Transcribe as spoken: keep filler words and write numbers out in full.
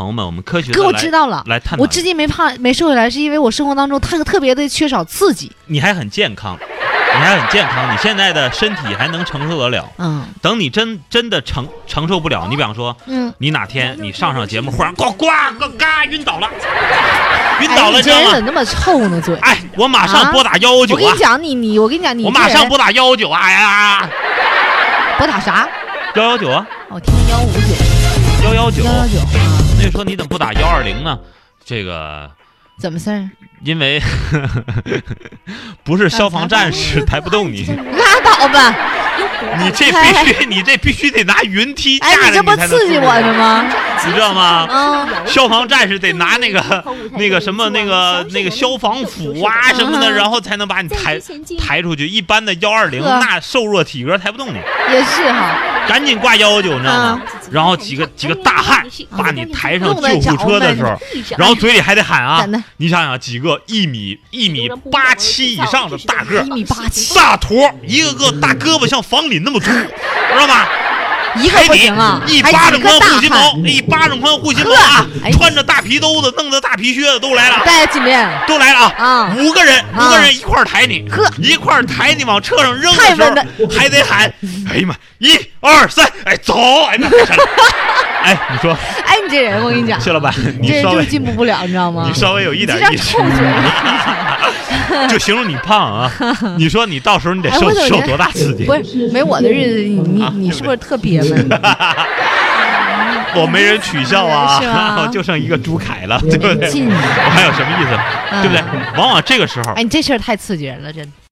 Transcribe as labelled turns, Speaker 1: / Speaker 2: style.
Speaker 1: 朋友们，我们科学的
Speaker 2: 哥，我知道了，
Speaker 1: 来探讨。
Speaker 2: 我至今没胖没瘦下来，是因为我生活当中特特别的缺少刺激。
Speaker 1: 你还很健康，你还很健康，你现在的身体还能承受得了。
Speaker 2: 嗯，
Speaker 1: 等你真真的承承受不了，你比方说，
Speaker 2: 嗯，
Speaker 1: 你哪天你上上节目，忽然呱呱呱嘎晕倒了，晕倒了，
Speaker 2: 哎、你
Speaker 1: 知道吗？
Speaker 2: 这人怎么那么臭呢？嘴，
Speaker 1: 哎，我马上拨打幺幺九啊！
Speaker 2: 我跟你讲，你你，我跟你讲，你
Speaker 1: 我马上拨打幺幺九啊！哎呀，
Speaker 2: 拨打啥？
Speaker 1: 幺幺九啊！
Speaker 2: 我听幺五九，
Speaker 1: 幺幺九，
Speaker 2: 幺幺九啊！
Speaker 1: 那就说你怎么不打幺二零呢？这个
Speaker 2: 怎么事儿？
Speaker 1: 因为呵呵不是消防战士抬不动你，
Speaker 2: 拉倒吧！
Speaker 1: 你这必须，你这必须得拿云梯架着
Speaker 2: 哎，你这不刺激我呢吗？
Speaker 1: 你知道吗？
Speaker 2: 嗯，
Speaker 1: 消防战士得拿那个那个什么那个那个消防斧啊什么的，然后才能把你抬抬出去。一般的幺二零那瘦弱体格抬不动你。
Speaker 2: 也是哈，
Speaker 1: 赶紧挂幺幺九，你知道吗？然后几个几个大汉把你抬上救护车的时候，然后嘴里还得喊啊！你想想，几个一米一米八七以上的大个，
Speaker 2: 一米八七
Speaker 1: 大坨，一个个大胳膊像房顶那么粗，知道吗？
Speaker 2: 一个不行啊，
Speaker 1: 一巴掌宽护心毛，一巴掌宽护心毛啊！穿着大皮兜子，弄着大皮靴子都来了，
Speaker 2: 带金链
Speaker 1: 都来了啊！
Speaker 2: 啊，
Speaker 1: 五个人，五个人一块抬你，
Speaker 2: 呵，
Speaker 1: 一块抬你往车上扔的时候，还得喊，哎呀妈，一二三，哎走，哎那太沉了。哎，你说，
Speaker 2: 哎，你这人，我跟你讲，
Speaker 1: 谢老板，你
Speaker 2: 这人
Speaker 1: 稍微
Speaker 2: 就进步不了，你知道吗？
Speaker 1: 你稍微有一点意思，就形容你胖啊。你说你到时候你得受、哎、受多大刺激？
Speaker 2: 不是没我的日子，你你、啊、你是不是特憋闷？
Speaker 1: 我没人取笑啊，就剩一个朱凯了，对不对？我还有什么意思？对不对？往往这个时候，
Speaker 2: 哎，你这事儿太刺激人了，真的。